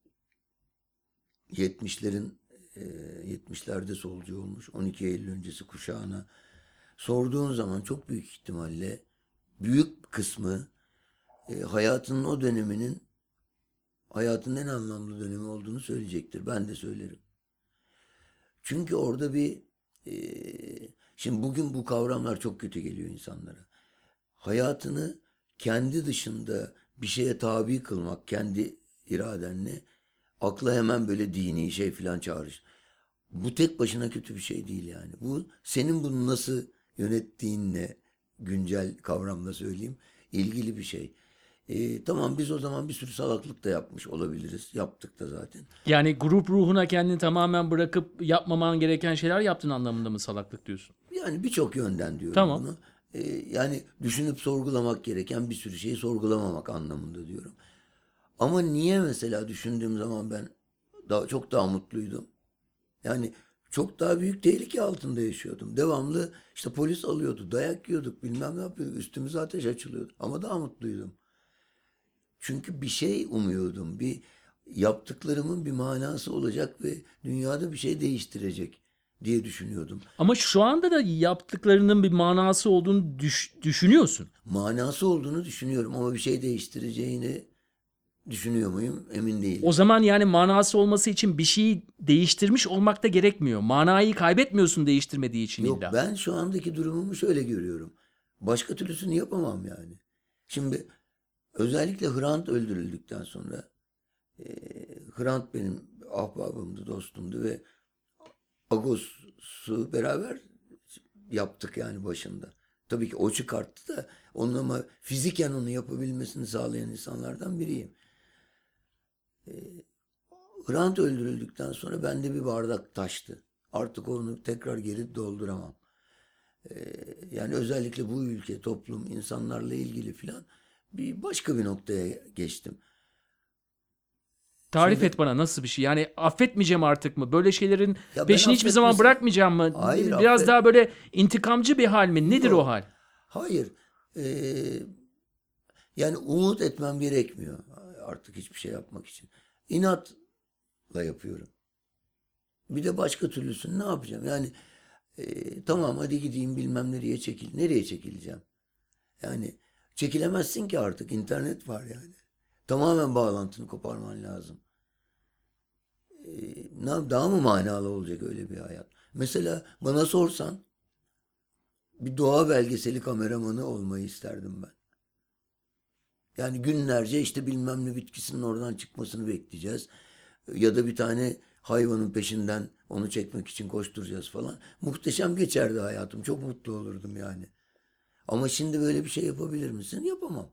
70'lerin 70'lerde solcu olmuş 12 Eylül öncesi kuşağına sorduğun zaman çok büyük ihtimalle büyük kısmı hayatının o döneminin hayatının en anlamlı dönemi olduğunu söyleyecektir. Ben de söylerim. Çünkü orada bir e, şimdi bugün bu kavramlar çok kötü geliyor insanlara. Hayatını kendi dışında bir şeye tabi kılmak, kendi iradenle akla hemen böyle dini şey filan çağrış. Bu tek başına kötü bir şey değil yani. Bu senin bunu nasıl yönettiğinle güncel kavramla söyleyeyim ilgili bir şey. Tamam, biz o zaman bir sürü salaklık da yapmış olabiliriz. Yaptık da zaten. Yani grup ruhuna kendini tamamen bırakıp yapmaman gereken şeyler yaptın anlamında mı salaklık diyorsun? Yani birçok yönden diyorum Tamam. bunu. Yani düşünüp sorgulamak gereken bir sürü şeyi sorgulamamak anlamında diyorum. Ama niye mesela düşündüğüm zaman ben çok daha mutluydum? Yani çok daha büyük tehlike altında yaşıyordum. Devamlı işte polis alıyordu, dayak yiyorduk, bilmem ne yapıyorduk, üstümüze ateş açılıyordu. Ama daha mutluydum. Çünkü bir şey umuyordum. Yaptıklarımın bir manası olacak ve dünyada bir şey değiştirecek diye düşünüyordum. Ama şu anda da yaptıklarının bir manası olduğunu düşünüyorsun. Manası olduğunu düşünüyorum ama bir şey değiştireceğini düşünüyor muyum? Emin O değilim. zaman yani manası olması için bir şeyi değiştirmiş olmak da gerekmiyor. Manayı kaybetmiyorsun değiştirmediği için Yok, illa. ben şu andaki durumumu şöyle görüyorum. Başka türlüsünü yapamam yani. Şimdi özellikle Hrant öldürüldükten sonra Hrant benim ahbabımdı, dostumdu ve Agos'u beraber yaptık yani başında. Tabii ki o çıkarttı da onun, ama fiziken onu yapabilmesini sağlayan insanlardan biriyim. Hrant öldürüldükten sonra bende bir bardak taştı. Artık onu tekrar geri dolduramam. Yani özellikle bu ülke, toplum, insanlarla ilgili filan başka bir noktaya geçtim. Tarif Şimdi et bana nasıl bir şey? Yani affetmeyeceğim artık mı? Böyle şeylerin ya ben peşini hiçbir zaman affetmesem, bırakmayacağım mı? hayır Biraz affet, daha böyle intikamcı bir hal mi? Nedir o yok, hal? hayır. Yani umut etmem gerekmiyor artık hiçbir şey yapmak için. İnatla yapıyorum. Bir de başka türlüsünü ne yapacağım? Yani tamam, hadi gideyim bilmem nereye çekil. Nereye çekileceğim? Yani çekilemezsin ki, artık internet var yani. Tamamen bağlantını koparman lazım. Daha mı manalı olacak öyle bir hayat? Mesela bana sorsan bir doğa belgeseli kameramanı olmayı isterdim ben. Yani günlerce işte bilmem ne bitkisinin oradan çıkmasını bekleyeceğiz. Ya da bir tane hayvanın peşinden onu çekmek için koşturacağız falan. Muhteşem geçerdi hayatım. Çok mutlu olurdum yani. Ama şimdi böyle bir şey yapabilir misin? Yapamam.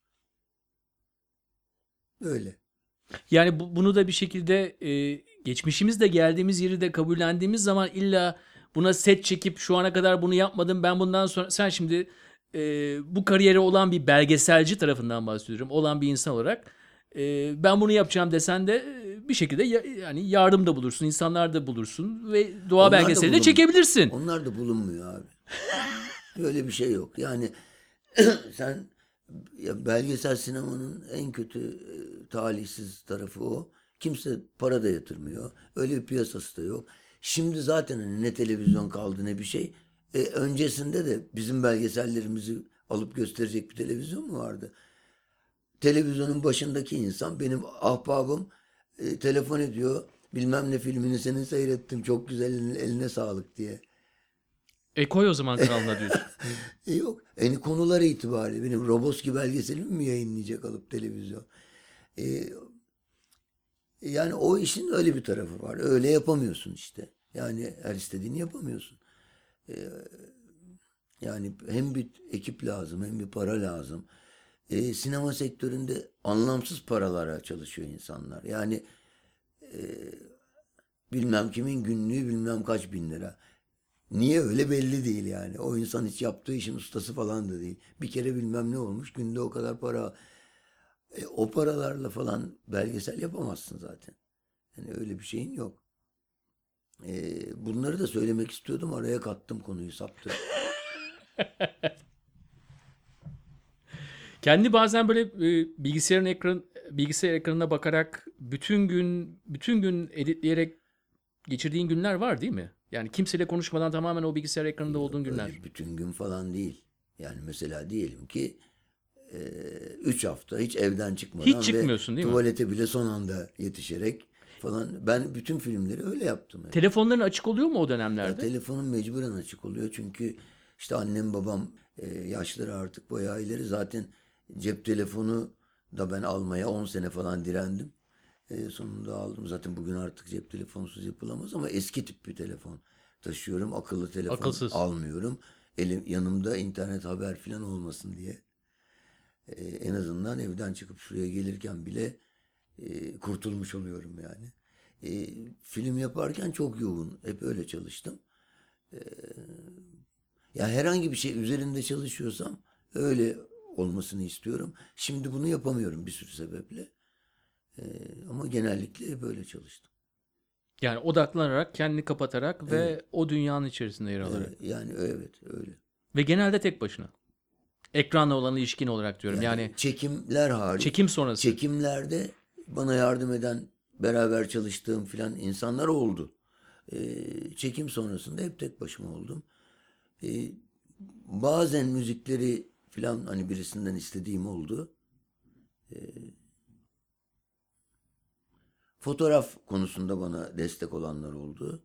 Öyle. Yani bunu da bir şekilde geçmişimizde geldiğimiz yeri de kabullendiğimiz zaman illa buna set çekip şu ana kadar bunu yapmadım ben bundan sonra sen şimdi bu kariyeri olan bir belgeselci tarafından bahsediyorum olan bir insan olarak ben bunu yapacağım desen de bir şekilde yani yardım da bulursun insanlar da bulursun ve doğa Onlar da belgeseli de çekebilirsin. onlar da bulunmuyor abi. Öyle bir şey yok. Yani sen, ya belgesel sinemanın en kötü talihsiz tarafı o. Kimse para da yatırmıyor. Öyle bir piyasası da yok. Şimdi zaten hani ne televizyon kaldı ne bir şey. Öncesinde de bizim belgesellerimizi alıp gösterecek bir televizyon mu vardı? Televizyonun başındaki insan benim ahbabım, telefon ediyor. Bilmem ne filmini senin seyrettim. Çok güzel, eline sağlık diye. Koy o zaman kanalına diyorsun. Yok. Yani konuları itibariyle benim Roboski belgeselimi mi yayınlayacak alıp televizyon? E, Yani o işin öyle bir tarafı var. Öyle yapamıyorsun işte. Yani her istediğini yapamıyorsun. Yani hem bir ekip lazım hem bir para lazım. Sinema sektöründe anlamsız paralara çalışıyor insanlar. Yani bilmem kimin günlüğü bilmem kaç bin lira. Niye öyle belli değil yani. O insan hiç yaptığı işin ustası falan da değil. Bir kere bilmem ne olmuş, günde o kadar para. O paralarla falan belgesel yapamazsın zaten. Yani öyle bir şeyin yok. Bunları da söylemek istiyordum. Araya kattım, konuyu saptırdım. Kendi bazen böyle bilgisayar ekranına bakarak bütün gün editleyerek geçirdiğin günler var değil mi? Yani kimseyle konuşmadan tamamen o bilgisayar ekranında olduğun Yok, günler. öyle bütün gün falan değil. Yani mesela diyelim ki 3 hafta hiç evden Hiç çıkmadan ve çıkmıyorsun değil mi? tuvalete bile son anda yetişerek falan. Ben bütün filmleri öyle yaptım hep. Telefonların açık oluyor mu o Ya dönemlerde? telefonum mecburen açık oluyor çünkü işte annem babam yaşları artık bayağı ileri. Zaten cep telefonu da ben almaya 10 sene falan direndim. Sonunda aldım. Zaten bugün artık cep telefonsuz yapılamaz ama eski tip bir telefon taşıyorum. Akıllı telefon Akılsız. almıyorum. Yanımda internet haber falan olmasın diye. En azından evden çıkıp şuraya gelirken bile kurtulmuş oluyorum yani. Film yaparken çok yoğun. Hep öyle çalıştım. Ya herhangi bir şey üzerinde çalışıyorsam öyle olmasını istiyorum. Şimdi bunu yapamıyorum bir sürü sebeple. Ama genellikle böyle çalıştım. Yani odaklanarak, kendini kapatarak ve o dünyanın içerisinde yer alarak. Yani evet öyle. Ve genelde tek başına. Ekranla olan ilişkin olarak diyorum. Yani Çekimler hariç, çekim sonrası. çekimlerde bana yardım eden, beraber çalıştığım filan insanlar oldu. Çekim sonrasında hep tek başıma oldum. Ee, Bazen müzikleri filan hani birisinden istediğim oldu. Fotoğraf konusunda bana destek olanlar oldu.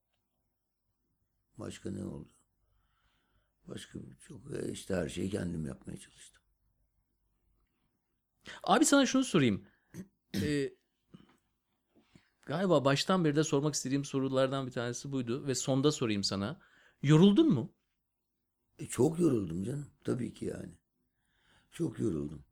Başka ne oldu? Başka çok işte her şeyi kendim yapmaya çalıştım. Abi sana şunu sorayım. Ee, Galiba baştan beri de sormak istediğim sorulardan bir tanesi buydu. Ve sonda sorayım sana. Yoruldun mu? Çok yoruldum canım. Tabii ki yani. Çok yoruldum.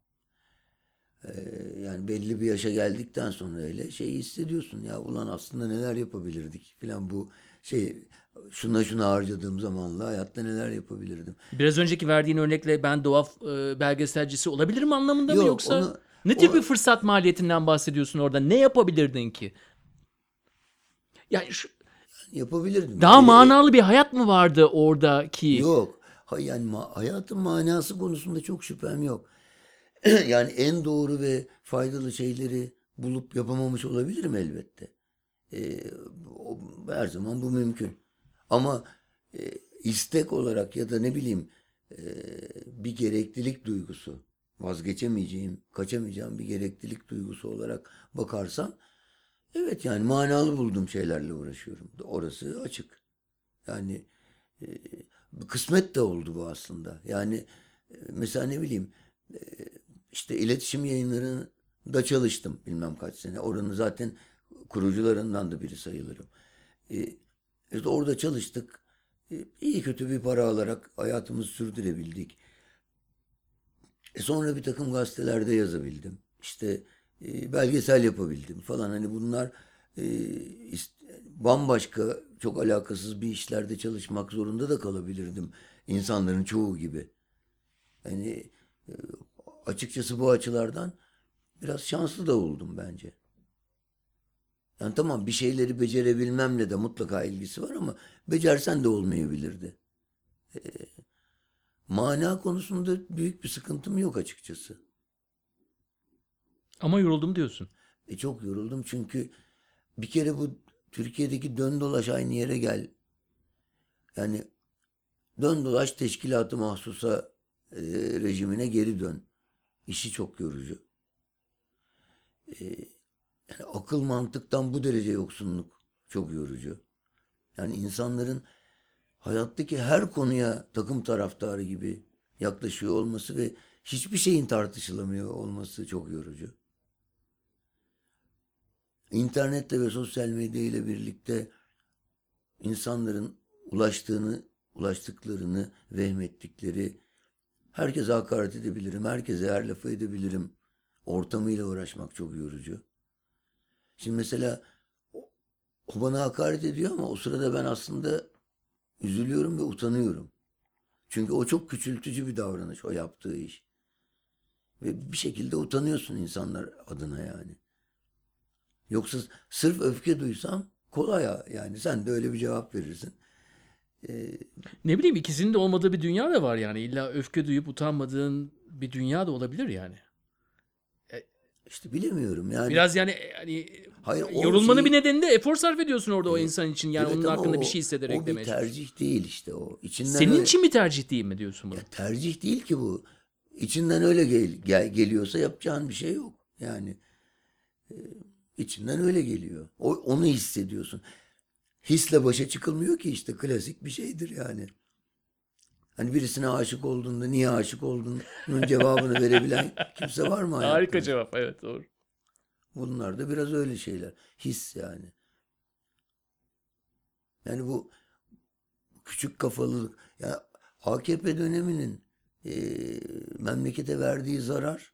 Yani belli bir yaşa geldikten sonra öyle şeyi hissediyorsun ya ulan aslında neler yapabilirdik filan bu şey şuna harcadığım zamanla hayatta neler yapabilirdim. Biraz önceki verdiğin örnekle ben doğa belgeselcisi olabilirim anlamında mı, Yok yoksa onu ne tür bir o fırsat maliyetinden bahsediyorsun orada? Ne yapabilirdin ki? Yani yapabilirdim. daha manalı bir hayat mı vardı oradaki? Yok. Yani hayatın manası konusunda çok şüphem yok. Yani en doğru ve faydalı şeyleri bulup yapamamış olabilirim elbette. Ee, Her zaman bu mümkün. Ama e, istek olarak ya da ne bileyim e, bir gereklilik duygusu, vazgeçemeyeceğim, kaçamayacağım bir gereklilik duygusu olarak bakarsam, evet yani manalı bulduğum şeylerle uğraşıyorum. Orası açık. Yani e, kısmet de oldu bu aslında. Yani mesela ne bileyim işte iletişim yayınlarında çalıştım bilmem kaç sene. Oranın zaten kurucularından da biri sayılırım. E, işte orada çalıştık. İyi kötü bir para alarak hayatımızı sürdürebildik. Sonra bir takım gazetelerde yazabildim. İşte belgesel yapabildim falan. Hani bunlar e, bambaşka, çok alakasız bir işlerde çalışmak zorunda da kalabilirdim. İnsanların çoğu gibi. Hani e, açıkçası bu açılardan biraz şanslı da oldum bence. Yani tamam bir şeyleri becerebilmemle de mutlaka ilgisi var ama becersen de olmayabilirdi. Mana konusunda büyük bir sıkıntım yok açıkçası. Ama yoruldum diyorsun. Çok yoruldum çünkü bir kere bu Türkiye'deki dön dolaş aynı yere gel. Yani dön dolaş teşkilatı mahsusa rejimine geri dön. İşi çok yorucu. Yani akıl mantıktan bu derece yoksunluk çok yorucu. Yani insanların hayattaki her konuya takım taraftarı gibi yaklaşıyor olması ve hiçbir şeyin tartışılamıyor olması çok yorucu. İnternetle ve sosyal medya ile birlikte insanların ulaştıklarını vehmettikleri, herkese hakaret edebilirim, herkese her lafı edebilirim ortamıyla uğraşmak çok yorucu. Şimdi mesela o bana hakaret ediyor ama o sırada ben aslında üzülüyorum ve utanıyorum. Çünkü o çok küçültücü bir davranış, o yaptığı iş. Ve bir şekilde utanıyorsun insanlar adına yani. Yoksa sırf öfke duysam kolay yani sen de öyle bir cevap verirsin. Ee, Ne bileyim, ikisinin de olmadığı bir dünya da var yani. İlla öfke duyup utanmadığın bir dünya da olabilir yani. işte bilemiyorum yani. Biraz yani hani Hayır o yorulmanın bir şeyi nedeni de efor sarf ediyorsun orada o insan için. Yani evet onun ama hakkında bir şey hissederek o bir demeye çalışıyorum. tercih değil işte o. İçinden Senin öyle için mi tercih değil mi diyorsun ya bunu? tercih değil ki bu. İçinden öyle geliyorsa yapacağın bir şey yok. Yani içinden öyle geliyor. Onu hissediyorsun. Hisle başa çıkılmıyor ki işte klasik bir şeydir yani. Hani birisine aşık olduğunda niye aşık olduğunun cevabını verebilen kimse var mı hayatta Harika mesela? cevap, evet, doğru. Bunlar da biraz öyle şeyler. His yani. Yani bu küçük kafalılık. Ya AKP döneminin memlekete verdiği zarar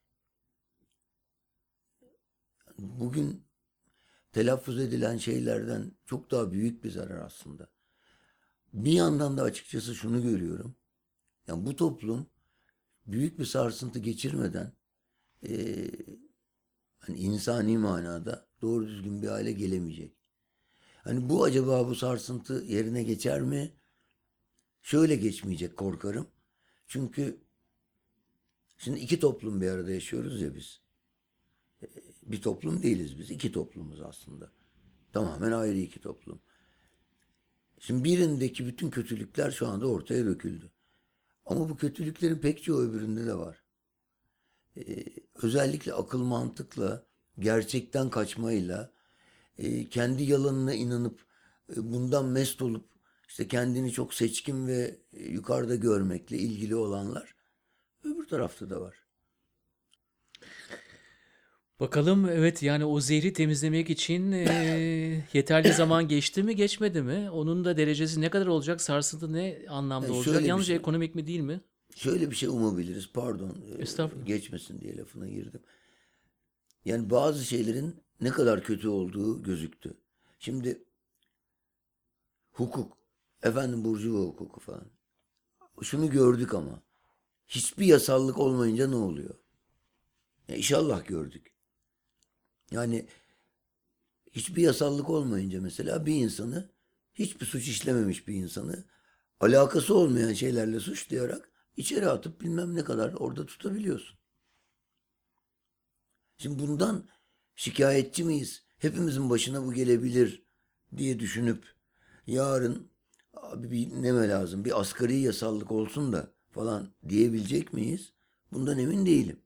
bugün telaffuz edilen şeylerden çok daha büyük bir zarar aslında. Bir yandan da açıkçası şunu görüyorum. Yani bu toplum büyük bir sarsıntı geçirmeden hani insani manada doğru düzgün bir hale gelemeyecek. Hani bu acaba bu sarsıntı yerine geçer mi? Şöyle geçmeyecek korkarım. Çünkü şimdi iki toplum bir arada yaşıyoruz ya biz. Bir toplum değiliz biz. İki toplumuz aslında. Tamamen ayrı iki toplum. Şimdi birindeki bütün kötülükler şu anda ortaya döküldü. Ama bu kötülüklerin pek çoğu öbüründe de var. Özellikle akıl mantıkla, gerçekten kaçmayla, kendi yalanına inanıp bundan mest olup işte kendini çok seçkin ve yukarıda görmekle ilgili olanlar öbür tarafta da var. Bakalım, evet, yani o zehri temizlemek için yeterli zaman geçti mi geçmedi mi? Onun da derecesi ne kadar olacak? Sarsıntı ne anlamda Yani olacak? şöyle bir Yalnızca şey, ekonomik mi değil mi? şöyle bir şey umabiliriz. Pardon, Estağfurullah. geçmesin diye lafına girdim. Yani bazı şeylerin ne kadar kötü olduğu gözüktü. Şimdi hukuk, efendim burjuva hukuku falan. Şunu gördük ama hiçbir yasallık olmayınca ne oluyor? Ya inşallah gördük. Yani hiçbir yasallık olmayınca mesela bir insanı, hiçbir suç işlememiş bir insanı alakası olmayan şeylerle suçlayarak içeri atıp bilmem ne kadar orada tutabiliyorsun. Şimdi bundan şikayetçi miyiz? Hepimizin başına bu gelebilir diye düşünüp yarın abi bir neme lazım, bir asgari yasallık olsun da falan diyebilecek miyiz? Bundan emin değilim.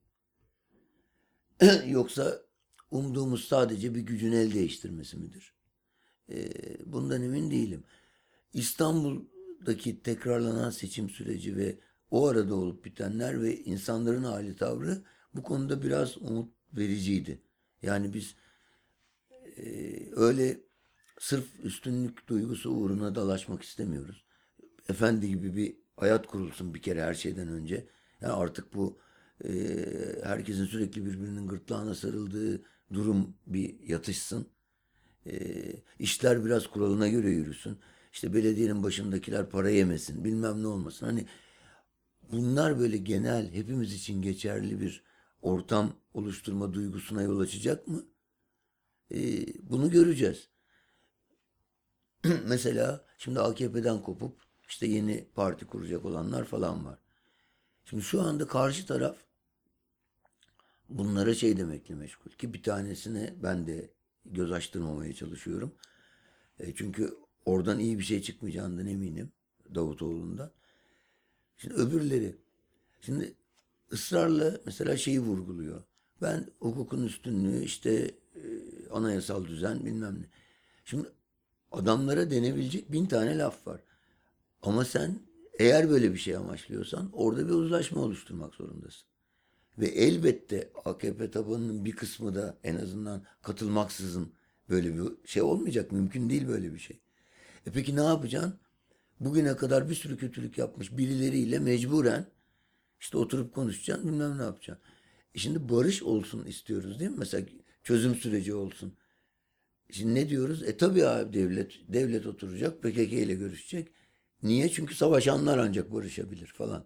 Yoksa umduğumuz sadece bir gücün el değiştirmesi midir? Bundan emin değilim. İstanbul'daki tekrarlanan seçim süreci ve o arada olup bitenler ve insanların hali tavrı bu konuda biraz umut vericiydi. Yani biz öyle sırf üstünlük duygusu uğruna dalaşmak istemiyoruz. Efendi gibi bir hayat kurulsun bir kere her şeyden önce. Yani artık bu e, herkesin sürekli birbirinin gırtlağına sarıldığı durum bir yatışsın. İşler biraz kuralına göre yürüsün. İşte belediyenin başındakiler para yemesin, bilmem ne olmasın. Hani bunlar böyle genel, hepimiz için geçerli bir ortam oluşturma duygusuna yol açacak mı? Bunu göreceğiz. Mesela şimdi AKP'den kopup işte yeni parti kuracak olanlar falan var. Şimdi şu anda karşı taraf bunlara şey demekle meşgul ki bir tanesine ben de göz açtırmamaya çalışıyorum. Çünkü oradan iyi bir şey çıkmayacağından eminim Davutoğlu'ndan. Şimdi öbürleri, şimdi ısrarla mesela şeyi vurguluyor. Ben hukukun üstünlüğü işte anayasal düzen bilmem ne. Şimdi adamlara denebilecek 1000 tane laf var. Ama sen eğer böyle bir şey amaçlıyorsan orada bir uzlaşma oluşturmak zorundasın. Ve elbette AKP tabanının bir kısmı da en azından katılmaksızın böyle bir şey olmayacak. Mümkün değil böyle bir şey. Peki ne yapacaksın? Bugüne kadar bir sürü kötülük yapmış birileriyle mecburen işte oturup konuşacaksın bilmem ne yapacaksın. Şimdi barış olsun istiyoruz değil mi? Mesela çözüm süreci olsun. Şimdi ne diyoruz? Tabii abi devlet oturacak PKK ile görüşecek. Niye? Çünkü savaşanlar ancak barışabilir falan.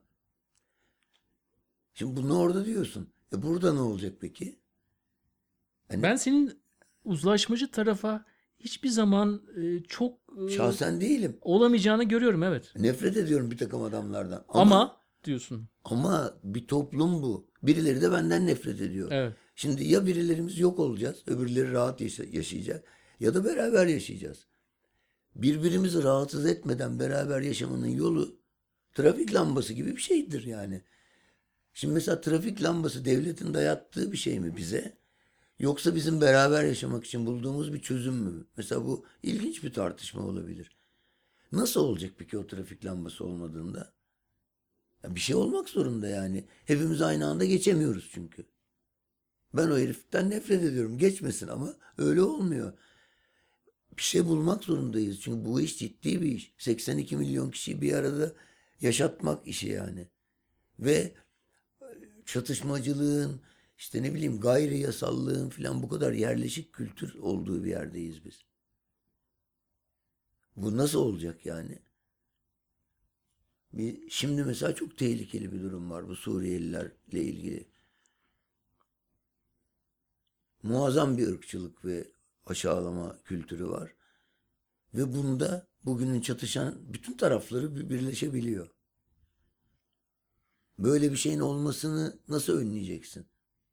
Şimdi bunu orada diyorsun. Burada ne olacak peki? Hani Ben senin uzlaşmacı tarafa hiçbir zaman çok şahsen değilim. olamayacağını görüyorum, evet. Nefret ediyorum bir takım adamlardan. Ama Ama diyorsun. ama bir toplum bu. Birileri de benden nefret ediyor. Evet. Şimdi ya birilerimiz yok olacağız, öbürleri rahat yaşayacak ya da beraber yaşayacağız. Birbirimizi rahatsız etmeden beraber yaşamanın yolu trafik lambası gibi bir şeydir yani. Şimdi mesela trafik lambası devletin dayattığı bir şey mi bize? Yoksa bizim beraber yaşamak için bulduğumuz bir çözüm mü? Mesela bu ilginç bir tartışma olabilir. Nasıl olacak peki o trafik lambası olmadığında? Ya bir şey olmak zorunda yani. Hepimiz aynı anda geçemiyoruz çünkü. Ben o heriften nefret ediyorum. Geçmesin ama öyle olmuyor. Bir şey bulmak zorundayız. Çünkü bu iş ciddi bir iş. 82 milyon kişiyi bir arada yaşatmak işi yani. Ve çatışmacılığın, işte ne bileyim gayri yasallığın falan bu kadar yerleşik kültür olduğu bir yerdeyiz biz. Bu nasıl olacak yani? Şimdi mesela çok tehlikeli bir durum var bu Suriyelilerle ilgili. Muazzam bir ırkçılık ve aşağılama kültürü var. Ve bunda bugünün çatışan bütün tarafları birleşebiliyor. Böyle bir şeyin olmasını nasıl önleyeceksin?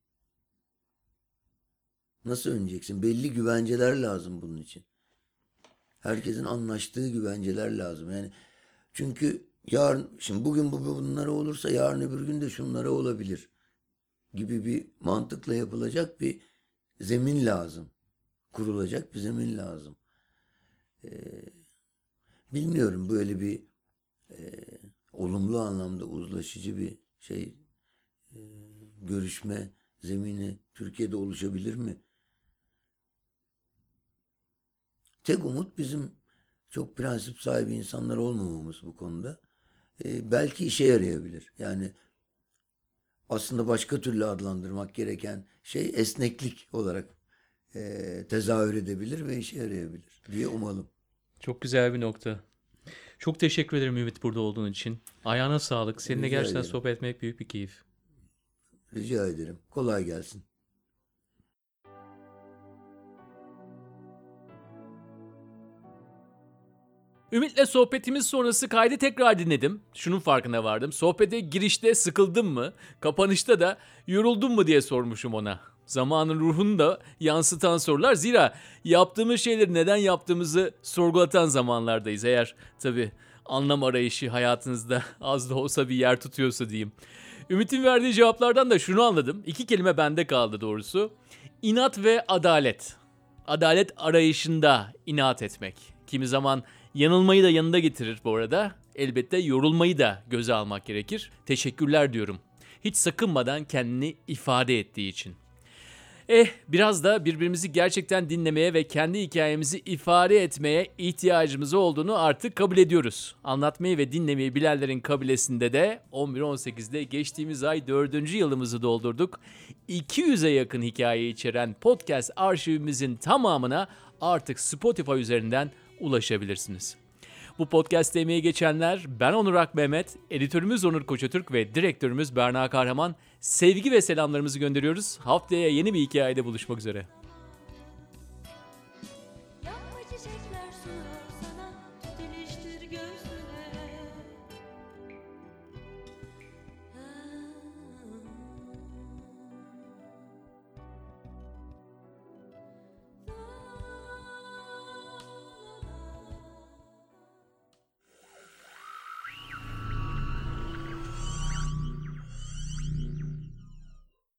Nasıl önleyeceksin? Belli güvenceler lazım bunun için. Herkesin anlaştığı güvenceler lazım. Yani çünkü yarın, şimdi bugün bunlara olursa yarın öbür gün de şunlara olabilir gibi bir mantıkla yapılacak bir zemin lazım. Kurulacak bir zemin lazım. Bilmiyorum, böyle bir olumlu anlamda uzlaşıcı bir şey, görüşme zemini Türkiye'de oluşabilir mi? Tek umut bizim çok prensip sahibi insanlar olmamamız bu konuda. Belki işe yarayabilir. Yani aslında başka türlü adlandırmak gereken şey esneklik olarak tezahür edebilir ve işe yarayabilir diye umalım. Çok güzel bir nokta. Çok teşekkür ederim Ümit burada olduğun için. Ayağına sağlık. Seninle Rica gerçekten ederim. sohbet etmek büyük bir keyif. Rica ederim. Kolay gelsin. Ümit'le sohbetimiz sonrası kaydı tekrar dinledim. Şunun farkına vardım. Sohbete girişte sıkıldım mı, kapanışta da yoruldun mu diye sormuşum ona. Zamanın ruhunu da yansıtan sorular. Zira yaptığımız şeyleri neden yaptığımızı sorgulatan zamanlardayız. Eğer tabii anlam arayışı hayatınızda az da olsa bir yer tutuyorsa diyeyim. Ümit'in verdiği cevaplardan da şunu anladım. İki kelime bende kaldı doğrusu. İnat ve adalet. Adalet arayışında inat etmek. Kimi zaman yanılmayı da yanında getirir bu arada. Elbette yorulmayı da göze almak gerekir. Teşekkürler diyorum. Hiç sakınmadan kendini ifade ettiği için. Biraz da birbirimizi gerçekten dinlemeye ve kendi hikayemizi ifade etmeye ihtiyacımız olduğunu artık kabul ediyoruz. Anlatmayı ve dinlemeyi bilenlerin kabilesinde de 11-18'de geçtiğimiz ay 4. yılımızı doldurduk. 200'e yakın hikaye içeren podcast arşivimizin tamamına artık Spotify üzerinden ulaşabilirsiniz. Bu podcast'te emeği geçenler ben Onur Akmehmet, editörümüz Onur Koçatürk ve direktörümüz Berna Kahraman. Sevgi ve selamlarımızı gönderiyoruz. Haftaya yeni bir hikayede buluşmak üzere.